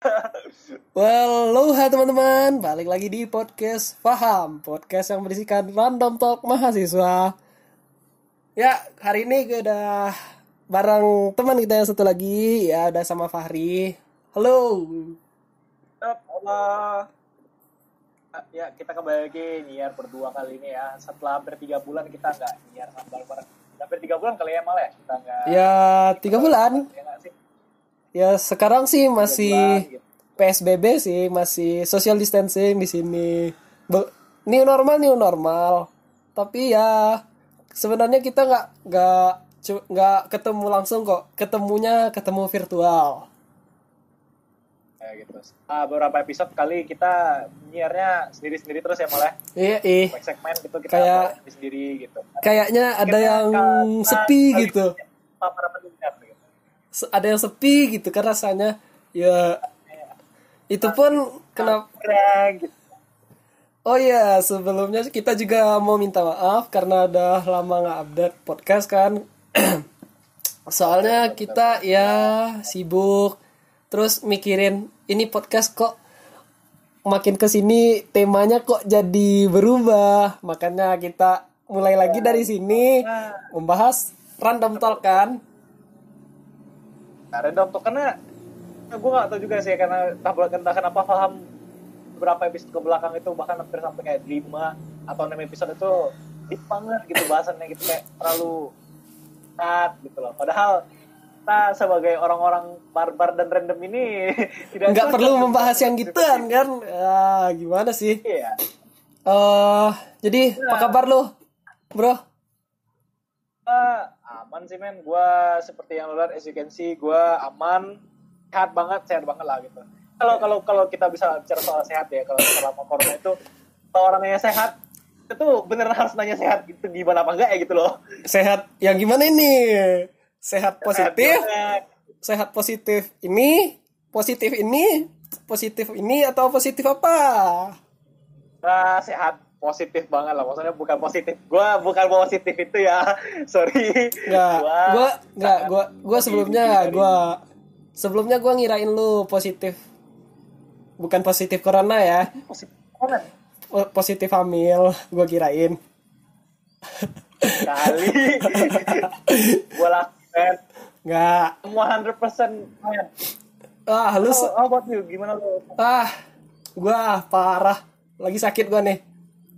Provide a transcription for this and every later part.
Halo teman-teman, balik lagi di podcast Faham, podcast yang berisikan random talk mahasiswa. Ya, hari ini gue udah bareng teman kita yang satu lagi, ya udah sama Fahri. Halo. Allah. Ya, kita kembali lagi nyiar berdua kali ini ya. Setelah hampir 3 bulan kita nggak nyiar bareng-bareng. Hampir 3 bulan kali ya malah ya. Kita nggak. Ya, 3 bulan. Ya, nggak sih? Ya, sekarang sih 3 masih bulan, gitu. PSBB sih, masih social distancing di sini. New normal. Tapi ya sebenarnya kita nggak ketemu langsung kok. Ketemu virtual. Kayak gitu. Beberapa episode kali kita nyiarnya sendiri-sendiri terus ya malah. Iya, Segmen gitu kita Kayak- sendiri gitu. kayaknya ada Akhirnya yang sepi gitu. Para pendengar gitu. Ada yang sepi gitu kan rasanya. Ya itu pun kenapa. Keren gitu. Oh iya, sebelumnya kita juga mau minta maaf karena udah lama nggak update podcast kan. Soalnya kita ya sibuk, terus mikirin ini podcast kok makin kesini temanya kok jadi berubah. Makanya kita mulai lagi dari sini membahas random talk kan. Nah, random talk karena gue gak tau juga sih karena entah kenapa paham beberapa episode ke belakang itu bahkan hampir sampai kayak 5 atau 6 episode itu deep banget gitu bahasannya gitu kayak terlalu berat gitu loh. Padahal kita sebagai orang-orang barbar dan random ini tidak Nggak cocok perlu untuk membahas yang seperti gituan itu. kan. Gimana sih? Iya. Jadi apa kabar lu, bro? Aman sih men, gue seperti yang lo lihat as you can see gue aman, sehat banget lah gitu. Kalau kita bisa bicara soal sehat ya, kalau selama corona itu kalau orangnya sehat itu beneran harus nanya sehat gitu gimana apa enggak ya gitu loh. Sehat yang gimana ini? Sehat positif? Sehat. Sehat positif ini? Positif ini atau positif apa? Nah, sehat positif banget lah, maksudnya bukan positif. Gue bukan positif itu ya, sorry. Gue sebelumnya gue ngirain lu positif. Bukan positif corona ya. Positif banget. Positif hamil, gue kirain. Kali gue lakukan Nggak. semua 100% men. How about you? Gimana lo? Gue parah. Lagi sakit gue nih.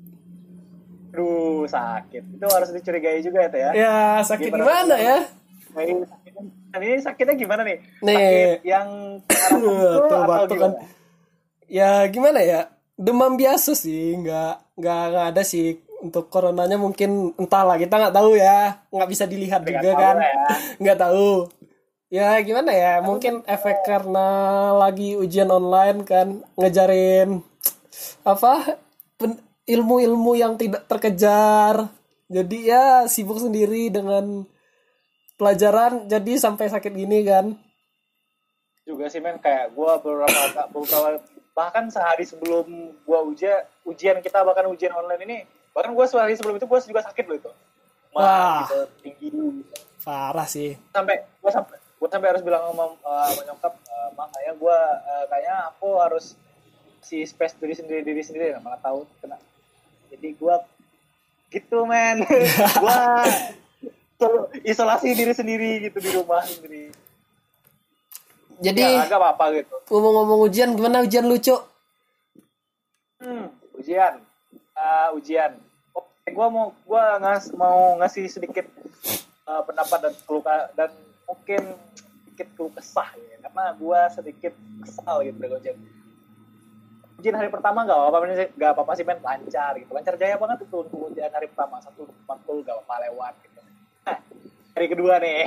Aduh, sakit. Itu harus dicurigai juga ya, Teh ya? Ya, sakit gimana ya? Ini sakitnya gimana nih? Nih. Sakit yang Tuh, atau batuk kan. gimana? Ya gimana ya? Demam biasa sih, nggak ada sih. Untuk coronanya mungkin entahlah, kita nggak tahu ya, nggak bisa dilihat Nggak juga tahu kan, ya. nggak tahu. Ya gimana ya? Mungkin efek karena lagi ujian online kan, ngejarin apa ilmu-ilmu yang tidak terkejar. Jadi ya sibuk sendiri dengan pelajaran, jadi sampai sakit gini kan. Juga sih men, kayak gue beberapa bahkan sehari sebelum gue ujian kita bahkan ujian online ini, bahkan gue sehari sebelum itu gue juga sakit loh itu. Wah. Gitu, tinggi. Parah sih. Gue sampai harus bilang sama nyokap, mak kayaknya aku harus si space diri sendiri nah, malah tahu kena. Jadi gue gitu men. Gue isolasi diri sendiri gitu di rumah sendiri. Jadi Ya agak apa gitu. ngomong-ngomong ujian, gimana ujian lucu? Ujian. Oke, gue mau ngasih sedikit pendapat dan mungkin sedikit keluh kesah ya, karena gue sedikit kesal gitu dengan ujian hari pertama nggak apa-apa sih men, lancar jaya banget itu untuk ujian hari pertama 1 matkul nggak apa-apa lewat gitu. Nah, hari kedua nih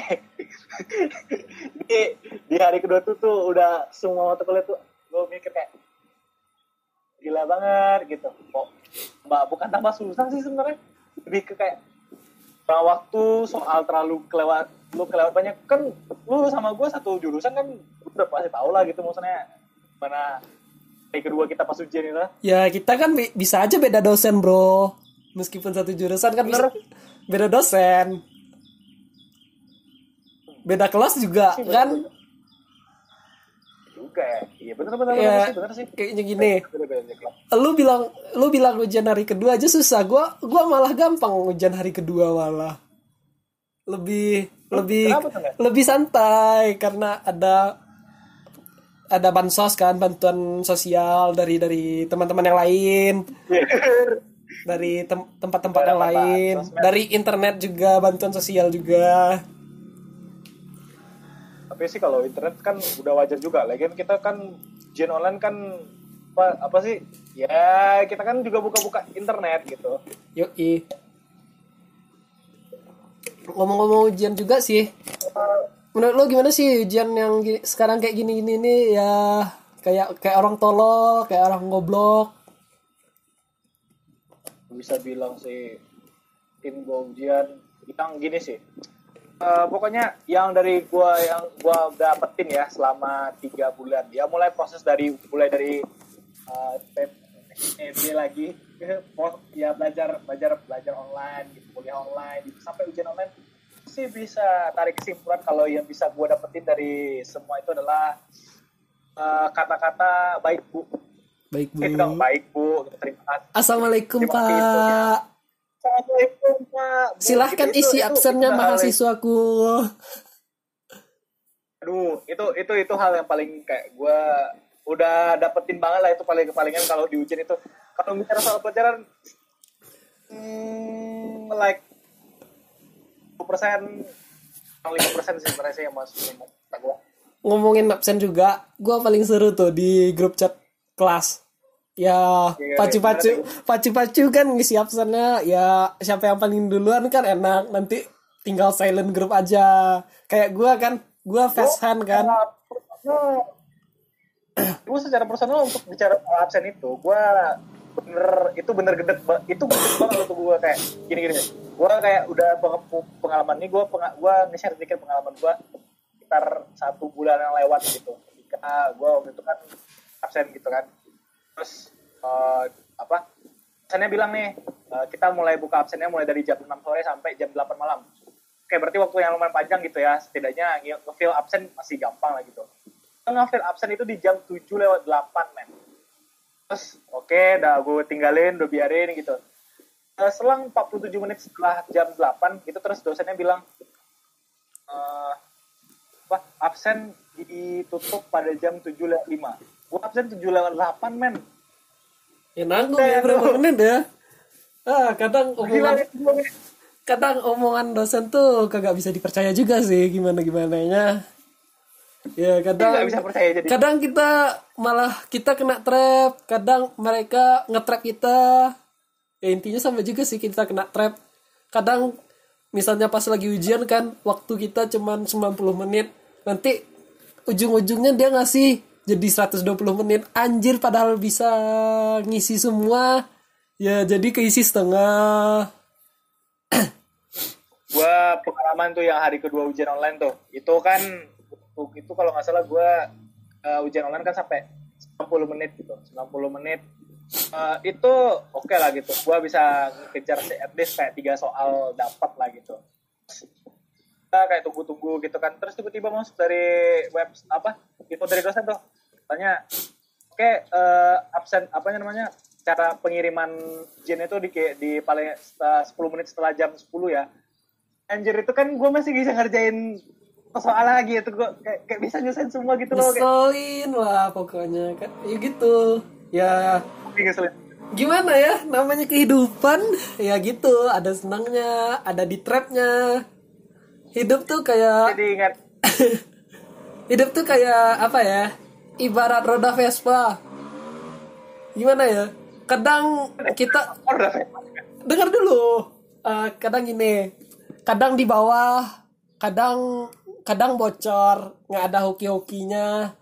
di hari kedua tuh udah semua mata kuliah tuh gue mikir kayak gila banget gitu. Bukan tambah susah sih sebenarnya, lebih ke kayak waktu soal terlalu kelewat banyak kan. Lu sama gue satu jurusan kan udah pasti tahu lah gitu, maksudnya mana hari kedua kita pas ujian itu. Ya kita kan bisa aja beda dosen bro, meskipun satu jurusan kan bisa beda dosen. beda kelas juga kan. juga ya. Iya benar Ya benar sih. kayaknya gini. Benar. Lu bilang ujian hari kedua aja susah. Gua malah gampang ujian hari kedua malah. Lebih lebih Kenapa tuh nggak? lebih santai karena ada bansos kan, bantuan sosial dari teman-teman yang lain, dari tempat-tempat yang lain, dari internet juga bantuan sosial juga. Tapi sih kalau internet kan udah wajar juga. Lagian kita kan ujian online kan apa sih? Ya kita kan juga buka-buka internet gitu. Yoi. Ngomong-ngomong ujian juga sih. Menurut lo gimana sih ujian yang sekarang kayak gini-gini nih ya, kayak orang tolol, kayak orang goblok. Bisa bilang sih tim gua ujian yang gini sih. Pokoknya yang gua dapetin ya selama 3 bulan. Ya mulai dari dia lagi ya belajar online gitu, kuliah online gitu, sampai ujian online sih bisa tarik kesimpulan kalau yang bisa gue dapetin dari semua itu adalah kata-kata baik bu. Baik bu. Itu dong baik bu. Terima kasih. Assalamualaikum Terima kasih infonya. Pak. Assalamualaikum Pak. Bu, Silahkan isi absennya mahasiswaku. Aduh, itu hal yang paling kayak gue udah dapetin banget lah, itu palingan kalau di ujian itu. Kalau bicara soal pelajaran like 5% sih sebenarnya sih yang masuk gue. Ngomongin absen juga, gue paling seru tuh di grup chat kelas. Ya pacu-pacu kan ngisi absennya. Ya siapa yang paling duluan kan enak. Nanti tinggal silent group aja. Kayak gue fast hand kan. Gue secara personal untuk bicara soal absen itu, gue bener gede banget untuk gue kayak gini. Gue kayak udah pengalaman ini, gue nge-share sedikit pengalaman gue sekitar 1 bulan yang lewat gitu. Ketika gue waktu itu kan absen gitu kan, terus absennya bilang nih, kita mulai buka absennya mulai dari jam 6 sore sampai jam 8 malam. Oke, berarti waktu yang lumayan panjang gitu ya, setidaknya nge-fill absen masih gampang lah gitu. Nge-fill absen itu di jam 7:08 men. Terus oke, udah gue tinggalin, udah biarin gitu. Selang 47 menit setelah jam 8 gitu, terus dosennya bilang absen ditutup pada jam 7:05. Gue absen 7:08 men. Ya nanggung ya berapa menit ya. Kadang omongan dosen tuh kagak bisa dipercaya juga sih, gimana-gimananya. Ya kadang bisa percaya jadi. Kadang kita kena trap, kadang mereka nge-trap kita. Ya intinya sama juga sih, kita kena trap. Kadang misalnya pas lagi ujian kan, waktu kita cuman 90 menit. Nanti ujung-ujungnya dia ngasih jadi 120 menit. Anjir, padahal bisa ngisi semua. Ya jadi keisi setengah. Gua pengalaman tuh yang hari kedua ujian online tuh. Itu kalau nggak salah gue ujian online kan sampai 90 menit gitu. 90 menit itu oke lah gitu. Gue bisa kejar at least kayak 3 soal dapat lah gitu. Kita kayak tunggu-tunggu gitu kan. Terus tiba-tiba masuk dari info dari dosen tuh. Tanya, absen cara pengiriman ujian itu di paling 10 menit setelah jam 10 ya. Anjir, itu kan gue masih bisa ngerjain soal lagi itu, gue kayak bisa nyusahin semua gitu loh. Ngeselin lah pokoknya kan. Ya gitu. Ya Ngeselin. Gimana ya, namanya kehidupan. Ya gitu, ada senangnya, ada di trapnya. Hidup tuh kayak Jadi ingat. Hidup tuh kayak apa ya, ibarat roda Vespa. Gimana ya, kadang kita dengar dulu. Kadang gini, kadang di bawah, kadang bocor, nggak ada hoki-hokinya.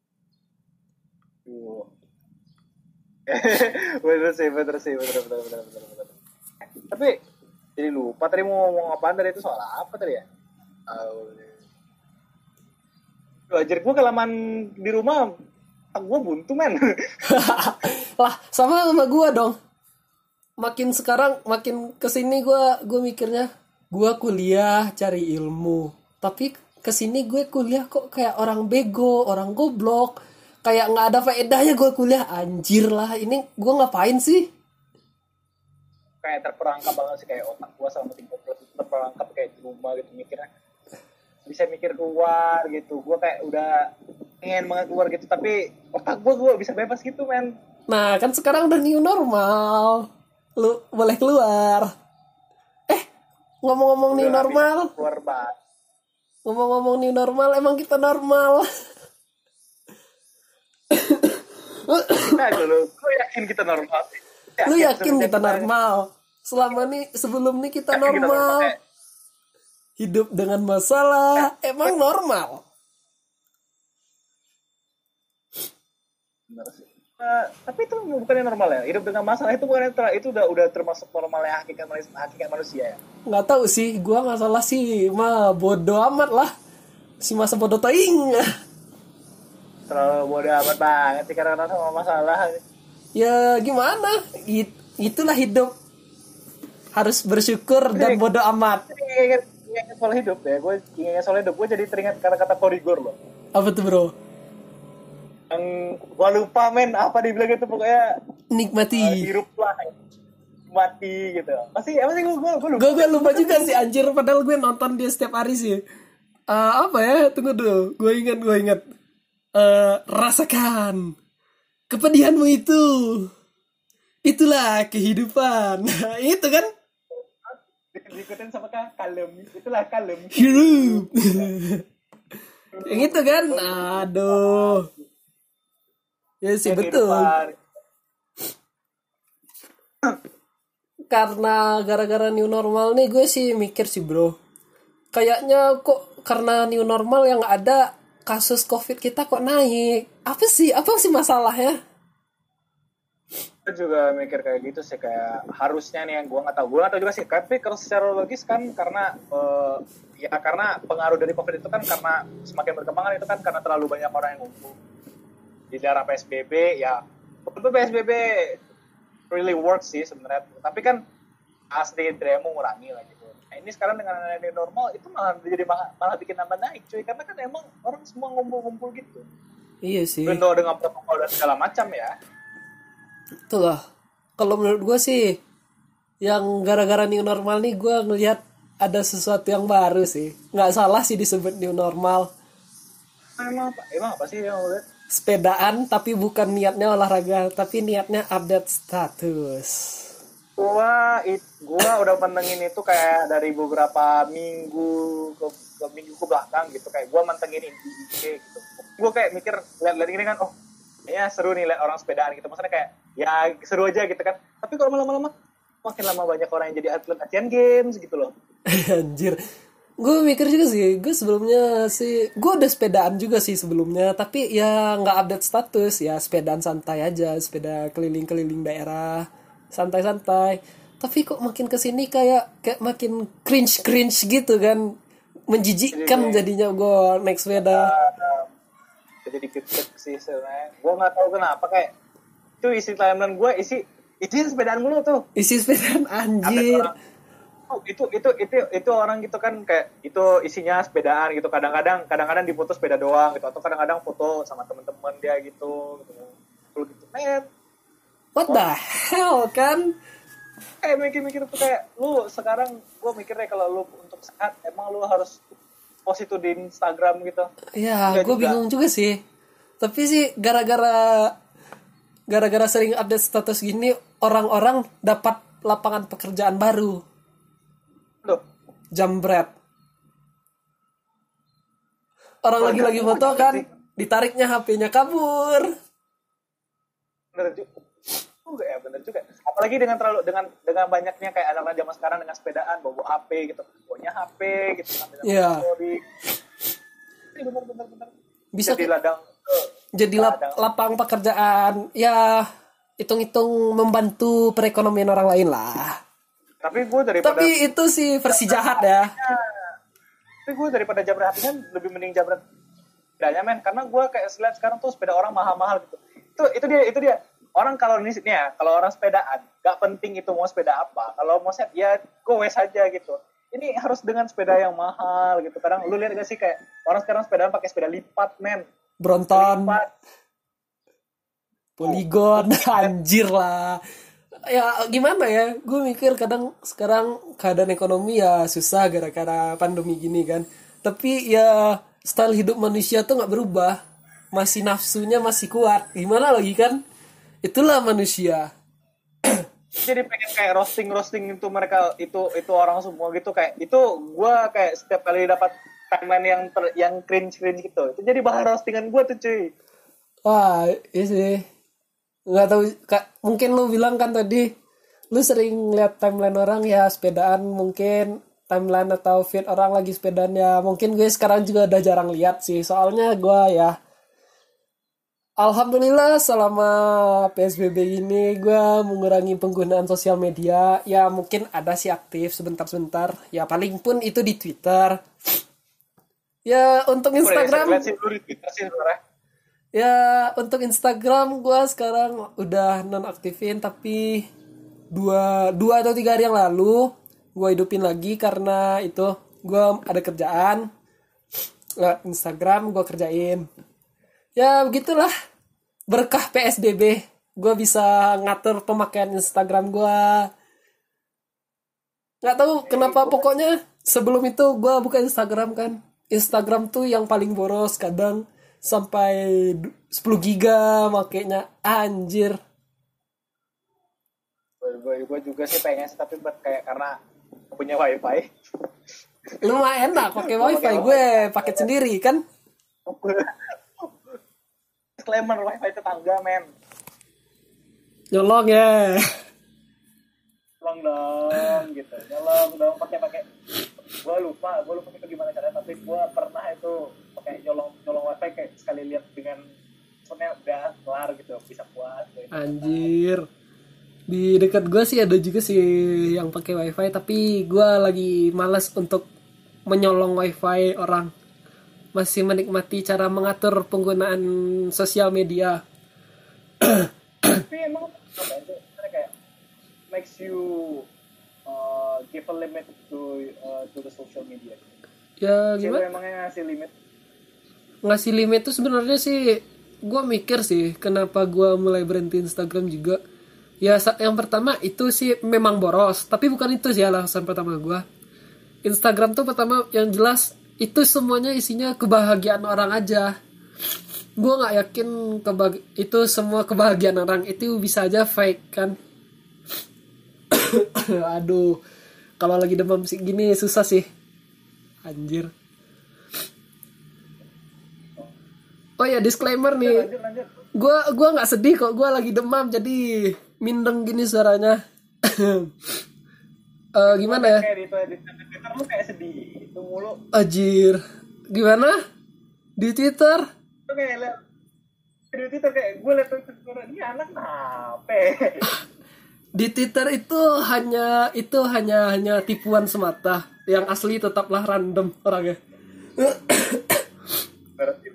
bener. Tapi jadi lupa tadi mau ngomong apaan tadi, itu soal apa tadi ya? Wajar gue kelamaan di rumah, gue buntu men. Lah sama gue dong. Makin kesini gue mikirnya, gue kuliah cari ilmu, tapi kesini gue kuliah kok kayak orang bego, orang goblok. kayak nggak ada faedahnya gue kuliah. Anjir lah, ini gue ngapain sih? Kayak terperangkap banget sih, kayak otak gue selama 3 bulan itu terperangkap kayak di rumah gitu, mikirnya bisa mikir keluar gitu. Gue kayak udah pengen banget keluar gitu, tapi otak gue bisa bebas gitu men. Nah kan sekarang udah new normal, lu boleh keluar. Ngomong-ngomong new Gue nggak bisa normal, keluar banget. ngomong-ngomong new normal, emang kita normal? Nah dulu gue yakin kita normal. Lu yakin kita normal? Selama nih, sebelum nih kita Yakin kita normal, normal. kayak- Hidup dengan masalah, emang normal? Bener sih. Tapi itu bukannya normal ya, hidup dengan masalah itu bukan itu udah termasuk normalnya hakikat manusia ya. Nggak tahu sih, gua nggak salah sih, mah bodo amat lah. Si masa bodoh toing. Terlalu bodoh amat banget sih karena sama masalah. Ya gimana? Itulah hidup. Harus bersyukur dan bodo amat. Ingat soal hidup ya, gue ingat soal hidup, gue jadi teringat kata-kata Korigor loh. Apa tuh bro? Yang gue lupa men, apa dibilang itu pokoknya Nikmati. hirup lah, mati gitu. Apa sih gue lupa. Gue lupa juga sih anjir, padahal gue nonton dia setiap hari sih. Apa ya? Tunggu dulu. Gue ingat. Rasakan kepedihanmu itu. Itulah kehidupan. Nah, itu kan Diikutin sama kalem, itulah kalem. hidup. Yang itu kan. Aduh. Ya sih betul. Karena gara-gara new normal nih gue sih mikir sih bro. Kayaknya kok karena new normal yang ada kasus COVID kita kok naik. Apa sih masalahnya? Gue juga mikir kayak gitu sih, kayak harusnya nih yang gue nggak tahu juga sih, tapi kalau secara logis kan karena karena pengaruh dari COVID itu kan karena semakin berkembang itu kan karena terlalu banyak orang yang ngumpul di daerah PSBB ya. Tentu PSBB really works sih sebenarnya, tapi kan asli tidak mengurangi lah gitu. Nah, ini sekarang dengan new normal itu malah bikin nambah naik cuy, karena kan emang orang semua ngumpul-ngumpul gitu. Iya sih. Bentuk dengan protokol dan segala macam ya. Itulah. Kalau menurut gue sih yang gara-gara new normal nih gue ngelihat ada sesuatu yang baru sih. Nggak salah sih disebut new normal. Emang apa sih yang udah? Sepedaan tapi bukan niatnya olahraga, tapi niatnya update status. Gua udah pantengin itu kayak dari beberapa minggu ke belakang gitu, kayak gua mantengin di IG gitu. Gua kayak mikir lihat ini kan, ya seru nih lihat orang sepedaan gitu. Maksudnya kayak ya seru aja gitu kan. Tapi kalau lama-lama makin lama banyak orang yang jadi atlet Asian Games gitu loh. Anjir. Gue mikir juga sih, gue sebelumnya sih, gue udah sepedaan juga sih sebelumnya, tapi ya nggak update status, ya sepedaan santai aja, sepeda keliling-keliling daerah, santai-santai. Tapi kok makin kesini kayak makin cringe gitu kan, menjijikkan jadinya gue naik sepeda. Jadi dikit sih sebenarnya. Gue nggak tahu kenapa kayak itu isi timeline gue isi sepedaan mulu tuh. Isi sepedaan anjir. Itu orang gitu kan, kayak itu isinya sepedaan gitu, kadang-kadang dipoto sepeda doang gitu, atau kadang-kadang foto sama teman-teman dia gitu men. What the hell kan? Kayak mikir tuh kayak lu sekarang, gue mikirnya kalau lu untuk sehat emang lu harus post itu di Instagram gitu. Ya gue bingung juga sih, tapi sih gara-gara sering update status gini, orang-orang dapat lapangan pekerjaan baru. Loh, Jambret. Orang lagi foto kan, ditariknya HP-nya kabur. Bener juga. Apalagi dengan banyaknya kayak anak-anak zaman sekarang dengan sepedaan, bawa HP gitu, bawanya HP gitu kan. Iya. Bener. Bisa jadi ladang. Jadi lapang pekerjaan. Ya, hitung-hitung membantu perekonomian orang lain lah. Tapi itu sih versi jahat ya. Tapi gue daripada jabret hatinya lebih mending jabret sepedanya men, karena gue kayak lihat sekarang tuh sepeda orang mahal-mahal gitu. Itu dia. Orang kalau ini ya, kalau orang sepedaan, gak penting itu mau sepeda apa. Kalau mau set ya goes aja gitu. Ini harus dengan sepeda yang mahal gitu. Kadang lu lihat gak sih kayak orang sekarang sepedaan pakai sepeda lipat men. Bronton. Polygon anjir lah. Ya gimana ya, gue mikir kadang sekarang keadaan ekonomi ya susah gara-gara pandemi gini kan, tapi ya style hidup manusia tuh nggak berubah, masih nafsunya masih kuat, gimana lagi kan, itulah manusia. Jadi pengen kayak roasting itu mereka itu orang semua gitu, kayak itu gue kayak setiap kali dapat timeline yang cringe gitu, itu jadi bahan roastingan gue tuh cuy. Wah iya sih, nggak tahu kak, mungkin lu bilang kan tadi lu sering lihat timeline orang ya sepedaan, mungkin timeline atau feed orang lagi sepedaan ya, mungkin gue sekarang juga udah jarang lihat sih, soalnya gue ya alhamdulillah selama PSBB ini gue mengurangi penggunaan sosial media. Ya mungkin ada sih aktif sebentar-sebentar. Ya paling pun itu di Twitter. Ya untuk Instagram. Ya untuk Instagram gue sekarang udah nonaktifin, tapi dua atau 3 hari yang lalu gue hidupin lagi karena itu gue ada kerjaan lewat Instagram gue kerjain. Ya begitulah, berkah PSBB gue bisa ngatur pemakaian Instagram gue. Nggak tahu kenapa, pokoknya sebelum itu gue buka Instagram kan, Instagram tuh yang paling boros, kadang sampai 10 giga makainya, anjir. Gue juga sih pengen, tapi buat kayak karena punya wifi. Lumayan lah pakai wifi, gue paket sendiri kan. Disclaimer, wifi tetangga men. Nyolong ya. Nyolong dong gitu. Nyolong dong pakai. Gue lupa itu gimana caranya, tapi gue pernah itu pakai nyolong wifi, kayak sekali lihat dengan soalnya udah kelar gitu, bisa puas gitu. Anjir. Di dekat gue sih ada juga sih yang pakai wifi, tapi gue lagi malas untuk menyolong wifi orang. Masih menikmati cara mengatur penggunaan sosial media. Tapi emang apa itu kayak makes you give a limit to the social media. Ya gimana? Emangnya Ngasih limit tuh sebenarnya sih gue mikir sih kenapa gue mulai berhenti Instagram juga. Ya yang pertama itu sih memang boros, tapi bukan itu sih alasan pertama gue. Instagram tuh pertama yang jelas itu semuanya isinya kebahagiaan orang aja. Gue nggak yakin itu semua kebahagiaan orang itu bisa aja fake kan. Aduh, kalau lagi demam sih gini susah sih, anjir. Oh ya disclaimer nih, gue nggak sedih kok, gue lagi demam jadi mindeng gini suaranya. Gimana ya? Kayak di Twitter lu kayak sedih itu mulu. Anjir, gimana? Di Twitter? Lu kayak liat di Twitter kayak gue liat Twitter ini anak nape? Di Twitter itu hanya tipuan semata. Yang asli tetaplah random orangnya. Berarti.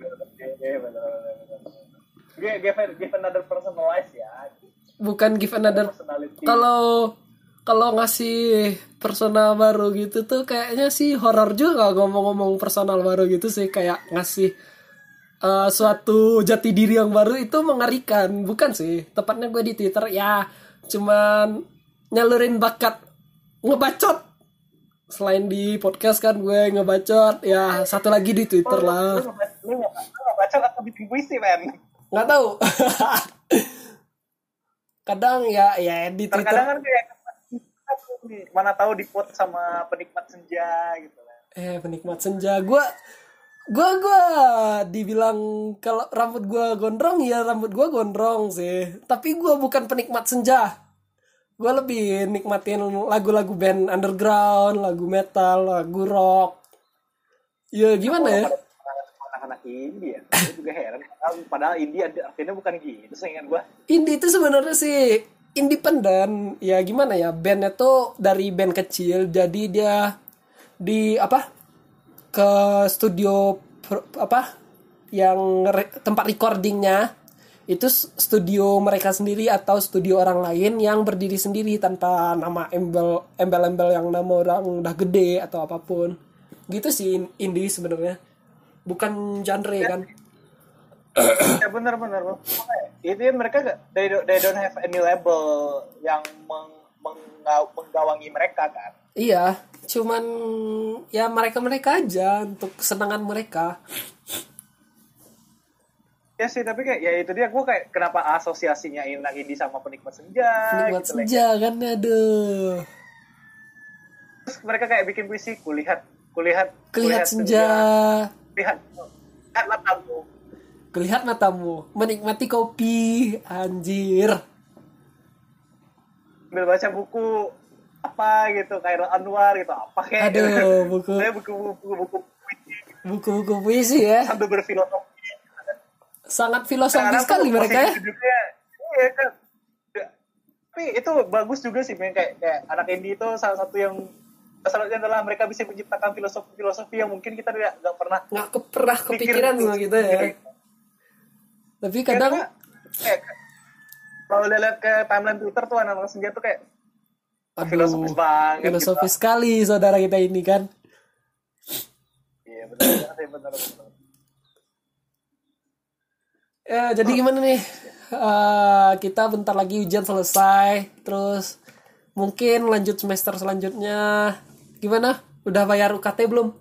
Give another personalize ya. Bukan give another. Kalau ngasih personal baru gitu tuh kayaknya sih horor juga, ngomong-ngomong personal baru gitu sih, kayak ngasih suatu jati diri yang baru itu mengerikan, bukan sih? Tepatnya gue di Twitter ya cuman nyalurin bakat ngebacot. Selain di podcast kan gue ngebacot, ya satu lagi di Twitter lah. Lu ngebacot atau bikin puisi men? Nggak tahu. Kadang ya di Twitter. Kadang kan kayak mana tahu di quote sama penikmat senja gitu kan. Penikmat senja. Gue dibilang kalau rambut gue gondrong, ya rambut gue gondrong sih. Tapi gue bukan penikmat senja. Gue lebih nikmatin lagu-lagu band underground, lagu metal, lagu rock. Ya gimana ya? Anak-anak indie ya. Gue juga heran. Padahal indie artinya bukan gitu, seingat gue. Indie itu sebenarnya sih independen. Ya gimana ya? Bandnya tuh dari band kecil, jadi dia ke studio yang tempat recordingnya itu studio mereka sendiri atau studio orang lain yang berdiri sendiri tanpa nama embel-embel yang nama orang udah gede atau apapun gitu sih. Indie sebenarnya bukan genre kan. Ya benar-benar. Itu ya mereka they don't have any label yang menggawangi mereka kan. Iya, cuman ya mereka aja untuk kesenangan mereka. Ya sih, tapi kayak ya itu dia, gue kayak kenapa asosiasinya anak indie sama penikmat senja Penikmat gitu senja kan, aduh. Terus mereka kayak bikin puisi, kulihat senja. lihat matamu, Kelihat matamu, menikmati kopi, anjir. sambil baca buku apa gitu, Khairul Anwar gitu, apa kayak Aduh, buku-buku puisi ya. sambil berfilosofi. Sangat filosofis sekali mereka ya. Iya kan. Tapi itu bagus juga sih, kayak anak indie itu salah satu yang masalahnya adalah mereka bisa menciptakan filosofi yang mungkin kita nggak pernah kepikiran sama kita ya. Tapi kadang kalau lihat ke timeline Twitter tuh anak senja tuh kayak filosofis banget. Filosofis sekali saudara kita ini kan. Iya benar. Ya, jadi gimana nih? Kita bentar lagi ujian selesai, terus mungkin lanjut semester selanjutnya. Gimana? Udah bayar UKT belum?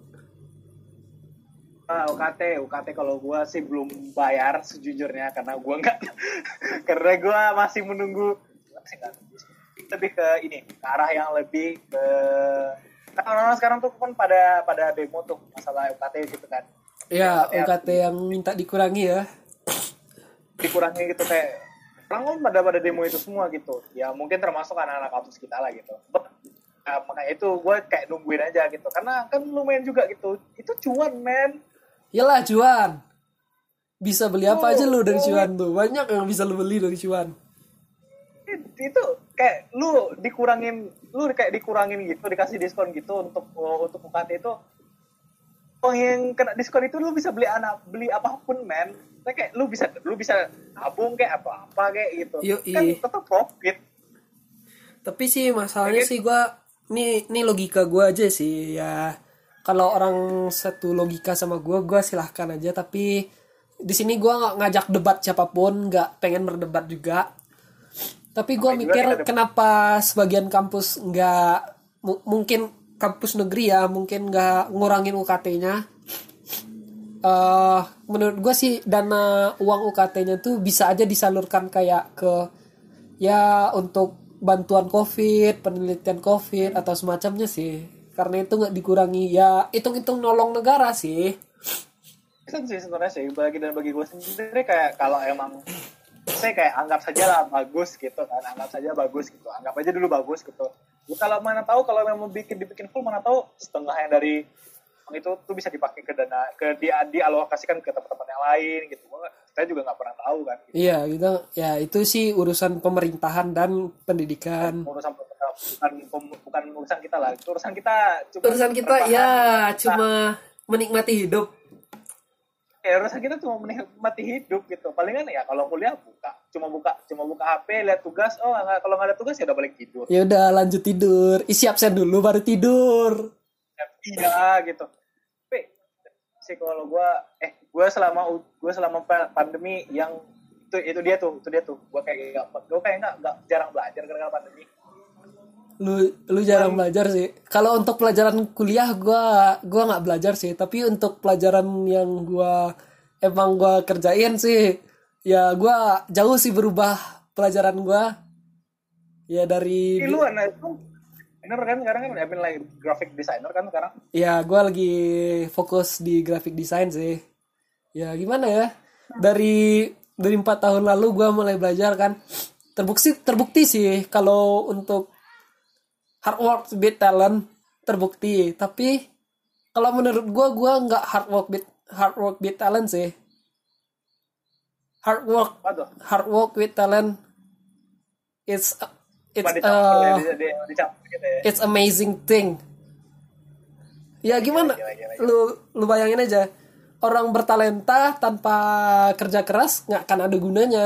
UKT kalau gue sih belum bayar sejujurnya, karena gue nggak karena gue masih menunggu lebih ke ini, ke arah yang lebih ke orang-orang sekarang tuh kan pada demo tuh masalah UKT gitu kan. Ya, UKT yang minta dikurangi ya. Dikurangi gitu, kayak orang pada demo itu semua gitu. Ya mungkin termasuk anak-anak kampus kita lah gitu. Makanya itu gue kayak nungguin aja gitu, karena kan lumayan juga gitu. Itu cuan, men. Yalah, cuan. Bisa beli apa aja lu dari cuan tuh. Banyak yang bisa lu beli dari cuan. Itu kayak lu dikurangin gitu, dikasih diskon gitu untuk UKT itu. Oh, yang kena diskon itu lu bisa beli apapun, men. Kayak lu bisa tabung kayak apa kayak gitu. Yoi. Kan tetap profit. Tapi sih masalahnya sih gue ini logika gue aja sih ya. Kalau orang satu logika sama gue silahkan aja. Tapi di sini gue nggak ngajak debat siapapun, nggak pengen berdebat juga. Tapi gue mikir kenapa sebagian kampus nggak mungkin kampus negeri ya mungkin nggak ngurangin UKT-nya. Menurut gue sih dana uang UKT-nya tuh bisa aja disalurkan kayak ke ya untuk bantuan COVID, penelitian COVID atau semacamnya sih. Karena itu nggak dikurangi ya, hitung-hitung nolong negara sih. Itu sih sebenarnya sih bagi gue sendiri, kayak kalau emang saya kayak anggap saja lah bagus gitu kan, anggap aja dulu bagus gitu. Ya, kalau mana tahu kalau memang dibikin full, mana tahu setengah yang dari itu tuh bisa dipakai ke dana dialokasikan ke tempat-tempat yang lain gitu. Kita juga nggak pernah tahu kan gitu. Iya gitu ya, itu sih urusan pemerintahan dan pendidikan. Bukan urusan kita lah, itu urusan kita cuma menikmati hidup. Ya urusan kita cuma menikmati hidup gitu. Palingan ya kalau kuliah cuma buka HP, lihat tugas. Kalau nggak ada tugas ya udah balik tidur. Ya udah lanjut tidur, isi absen dulu baru tidur. Iya gitu. Tapi sih kalau gue selama pandemi yang itu dia tuh gue kayak nggak jarang belajar gara-gara pandemi. Lu jarang belajar sih. Kalau untuk pelajaran kuliah gua nggak belajar sih, tapi untuk pelajaran yang emang gua kerjain sih ya gua jauh sih berubah pelajaran gua ya dari lu desainer kan sekarang, kan lagi graphic designer kan sekarang. Ya gua lagi fokus di graphic design sih. Ya gimana ya, dari 4 tahun lalu gua mulai belajar kan, terbukti sih kalau untuk hard work beat talent terbukti. Tapi kalau menurut gue nggak hard work beat talent sih. Hard work with talent it's amazing thing. Ya gimana? Lu bayangin aja, orang bertalenta tanpa kerja keras nggak akan ada gunanya.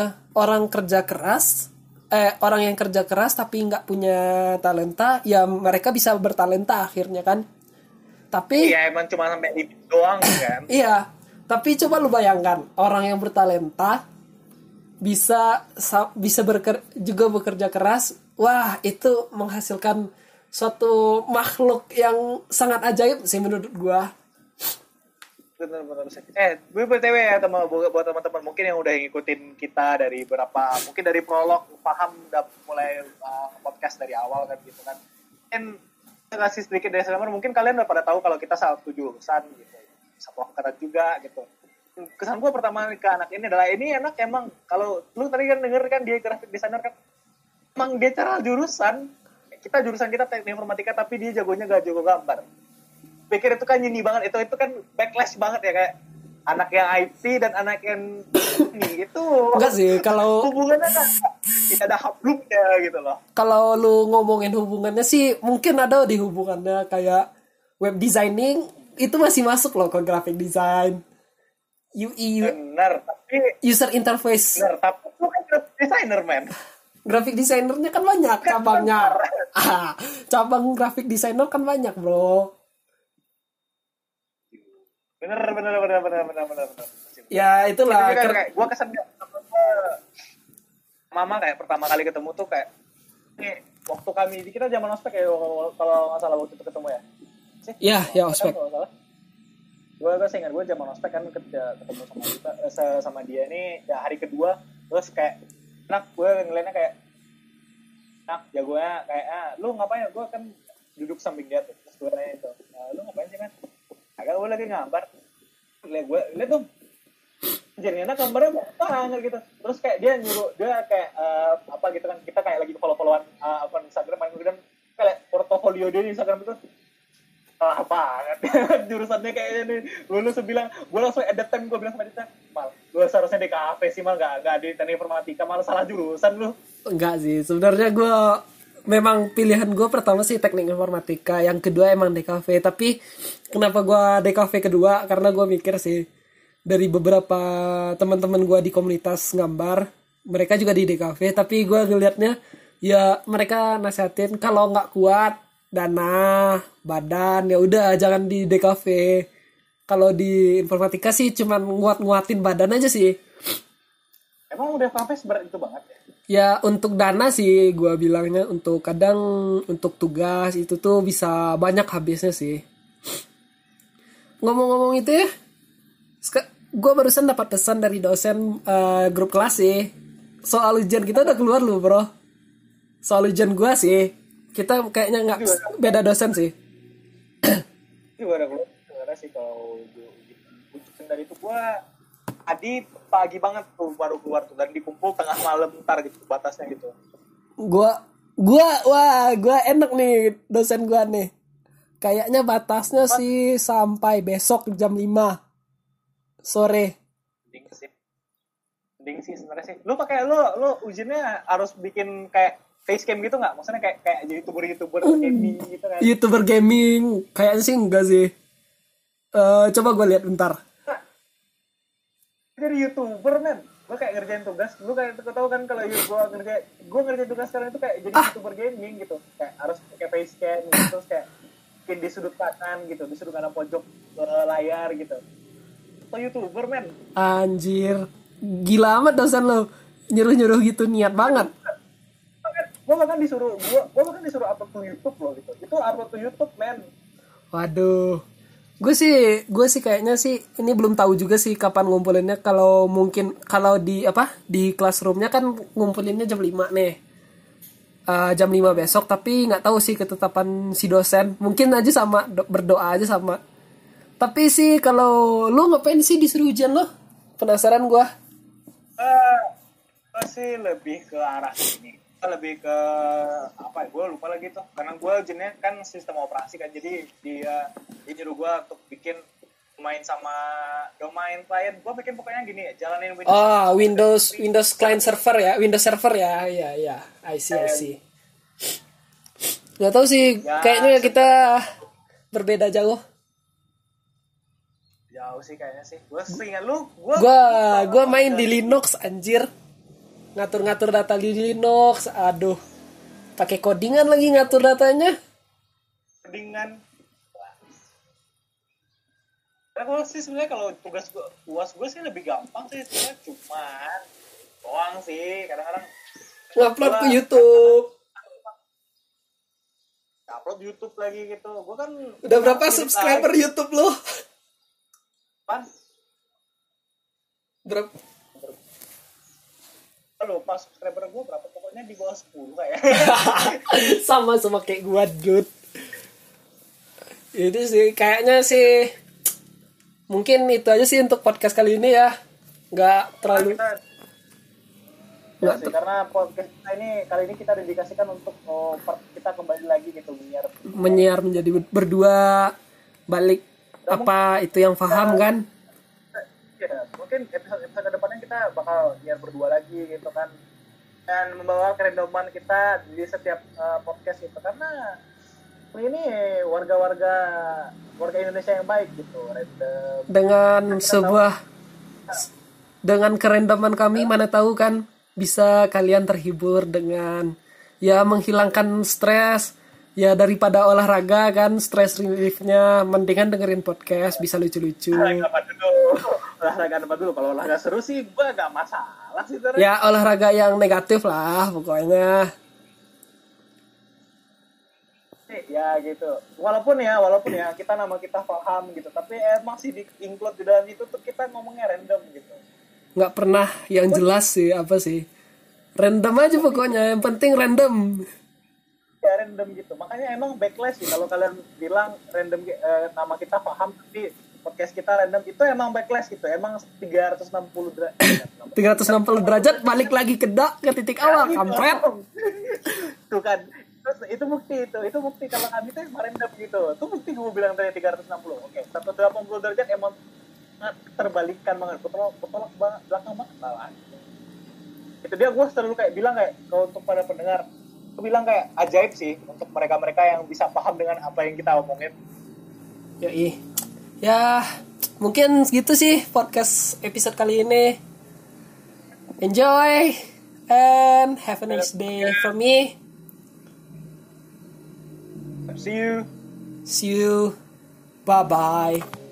Orang yang kerja keras tapi nggak punya talenta, ya mereka bisa bertalenta akhirnya kan. Tapi iya emang cuma sampai itu doang kan. Iya, Tapi coba lu bayangkan orang yang bertalenta juga bekerja keras. Wah, itu menghasilkan suatu makhluk yang sangat ajaib sih menurut gua. Benar-benar sih. Gue BTW ya buat teman-teman mungkin yang udah ngikutin kita dari mungkin dari prolog paham udah mulai podcast dari awal kan gitu kan. Mungkin kasih sedikit disclaimer, mungkin kalian udah pada tahu kalau kita satu jurusan gitu. Satu angkatan juga gitu. Kesan gue pertama ke anak ini adalah ini anak emang kalau lu tadi kan denger kan dia graphic designer kan emang dia cara jurusan kita teknik informatika tapi dia jagonya gak jago gambar. Pikir itu kan nyini banget, itu kan backlash banget ya, kayak anak yang IT dan anak yang ini itu enggak sih kalau hubungannya kan tidak ada hablumnya gitu loh. Kalau lu ngomongin hubungannya sih mungkin ada di hubungannya, kayak web designing itu masih masuk loh ke graphic design. UI bener, tapi user interface. Bener, tapi lu kan graphic designer, man. Graphic designernya kan banyak cabangnya. Cabang graphic designer kan banyak, bro. Bener. Ya itulah. Kayak gue kesan mama kayak pertama kali ketemu tuh kayak ini waktu kita zaman ospek ya, kalau nggak salah waktu itu ketemu ya. Ya ospek. Gue ingat gue zaman ospek kan ketemu sama dia nih ya hari kedua, terus kayak gue ngeliatnya kayak jagonya kayak lu ngapain? Gue kan duduk samping dia tuh, terus gue nanya itu, lu ngapain sih, man? Agak gue lagi gambar. Lihat dong, jadinya gambarnya banget gitu. Terus kayak dia kayak apa gitu kan, kita kayak lagi follow-followan akun Instagram, dan kayak portofolio dia di Instagram itu banget. Jurusannya kayaknya nih lulus bilang, gue langsung at that time gue bilang sama dia, mal lu seharusnya di kafe sih, mal gak di teknik informatika, malah salah jurusan lu. Enggak sih, sebenarnya gue memang pilihan gue pertama sih teknik informatika, yang kedua emang DKV. Tapi kenapa gue DKV kedua, karena gue mikir sih dari beberapa teman-teman gue di komunitas gambar, mereka juga di DKV, tapi gue ngelihatnya ya mereka nasihatin kalau nggak kuat dana badan ya udah jangan di DKV. Kalau di informatika sih cuman nguatin badan aja sih. Emang udah sampai seberat itu banget ya? Ya untuk dana sih gue bilangnya, untuk kadang untuk tugas itu tuh bisa banyak habisnya sih. Ngomong-ngomong itu ya, gue barusan dapat pesan dari dosen grup kelas sih. Soal ujian kita udah keluar loh, bro. Soal ujian gue sih, kita kayaknya nggak beda dosen sih. Itu udah keluar sebenarnya sih. Kalau ujian dari itu gue tadi pagi banget tuh baru keluar tuh, dan dikumpul tengah malam ntar gitu batasnya gitu. Gua enak nih dosen gua nih. Kayaknya batasnya sih sampai besok jam 5 sore. Mending sih sebenarnya sih. Lu ujiannya harus bikin kayak facecam gitu nggak? Maksudnya kayak YouTuber gaming gitu kan? YouTuber gaming kayaknya sih enggak sih. Coba gue lihat bentar. Jadi YouTuber, men. Gue kayak ngerjain tugas. Lu kayak tau kan kalau gue ngerjain tugas sekarang itu kayak jadi YouTuber gaming gitu. Kayak harus pakai facecam gitu, terus kayak bikin di sudut kanan gitu, di sudut kanan pojok layar gitu. Atau YouTuber, men. Anjir. Gila amat dosen lo. Nyuruh-nyuruh gitu, niat banget. Gue bahkan disuruh upload ke YouTube loh gitu. Itu upload ke YouTube, men. Waduh. Gue sih kayaknya sih ini belum tahu juga sih kapan ngumpulinnya. Kalau mungkin kalau di classroomnya kan ngumpulinnya jam 5 nih. Jam 5 besok, tapi nggak tahu sih ketetapan si dosen. Mungkin aja sama berdoa aja sama. Tapi sih kalau lu ngapain sih disuruh ujian lo? Penasaran gue. Sih lebih ke arah ini. Lebih ke apa? Gue lupa lagi tuh. Karena gue ujiannya kan sistem operasi kan, jadi dia nyuruh gue untuk bikin main sama domain client. Gue bikin pokoknya gini, jalanin Windows client server ya, Windows server ya, iya, I see. Gak tahu sih, ya, kayaknya kita berbeda jauh. Jauh sih kayaknya sih. Gue main di Linux, anjir. Ngatur-ngatur data di Linux, aduh. Pakai codingan lagi ngatur datanya. Codingan. Karena gue sih sebenarnya kalau tugas gue, uas gue sih lebih gampang sih sebenarnya, cuman doang sih kadang-kadang Ngupload ke gua YouTube. upload YouTube lagi gitu. Gue kan Udah berapa edit subscriber lagi. YouTube lo? Pan, Berapa? lupa subscriber gue berapa, pokoknya di bawah 10 kayak. Sama kayak gua, dude. Itu sih kayaknya sih mungkin itu aja sih untuk podcast kali ini ya. Nggak terlalu Ya sih, karena podcast kita ini kali ini kita dedikasikan untuk kita kembali lagi gitu menyiar menjadi berdua balik apa itu yang paham kan. Ya, mungkin episode depannya kita bakal nyiar berdua lagi gitu kan, dan membawa kerendoman kita di setiap podcast gitu, karena ini warga Indonesia yang baik gitu, random. Dengan dengan kerendaman kami, mana tahu kan bisa kalian terhibur dengan ya menghilangkan stres ya, daripada olahraga kan, stres reliefnya mendingan dengerin podcast, bisa lucu-lucu. Olahraga apa dulu? Kalau olahraga seru sih gue gak masalah sih sebenernya. Ya olahraga yang negatif lah pokoknya. Ya gitu. Walaupun ya kita paham gitu, tapi emang sih di include di dalam itu tuh kita ngomongnya random gitu. Nggak pernah yang jelas sih, apa sih, random aja pokoknya, yang penting random. Ya random gitu, makanya emang backlash sih kalau kalian bilang random nama kita paham tapi podcast kita random, itu emang backlash gitu, emang 360 derajat 360 derajat balik lagi ke titik awal, kampret. tuh kan, itu bukti kalau kami tuh emang random gitu, itu bukti gue bilang tadi 360. Oke, 180 derajat emang terbalikan banget, betolak belakang banget malah. Itu dia, gue selalu kayak bilang kayak kalau untuk para pendengar, gue bilang kayak ajaib sih untuk mereka yang bisa paham dengan apa yang kita omongin. Ya mungkin segitu sih podcast episode kali ini. Enjoy and have a nice day from me. See you. Bye bye.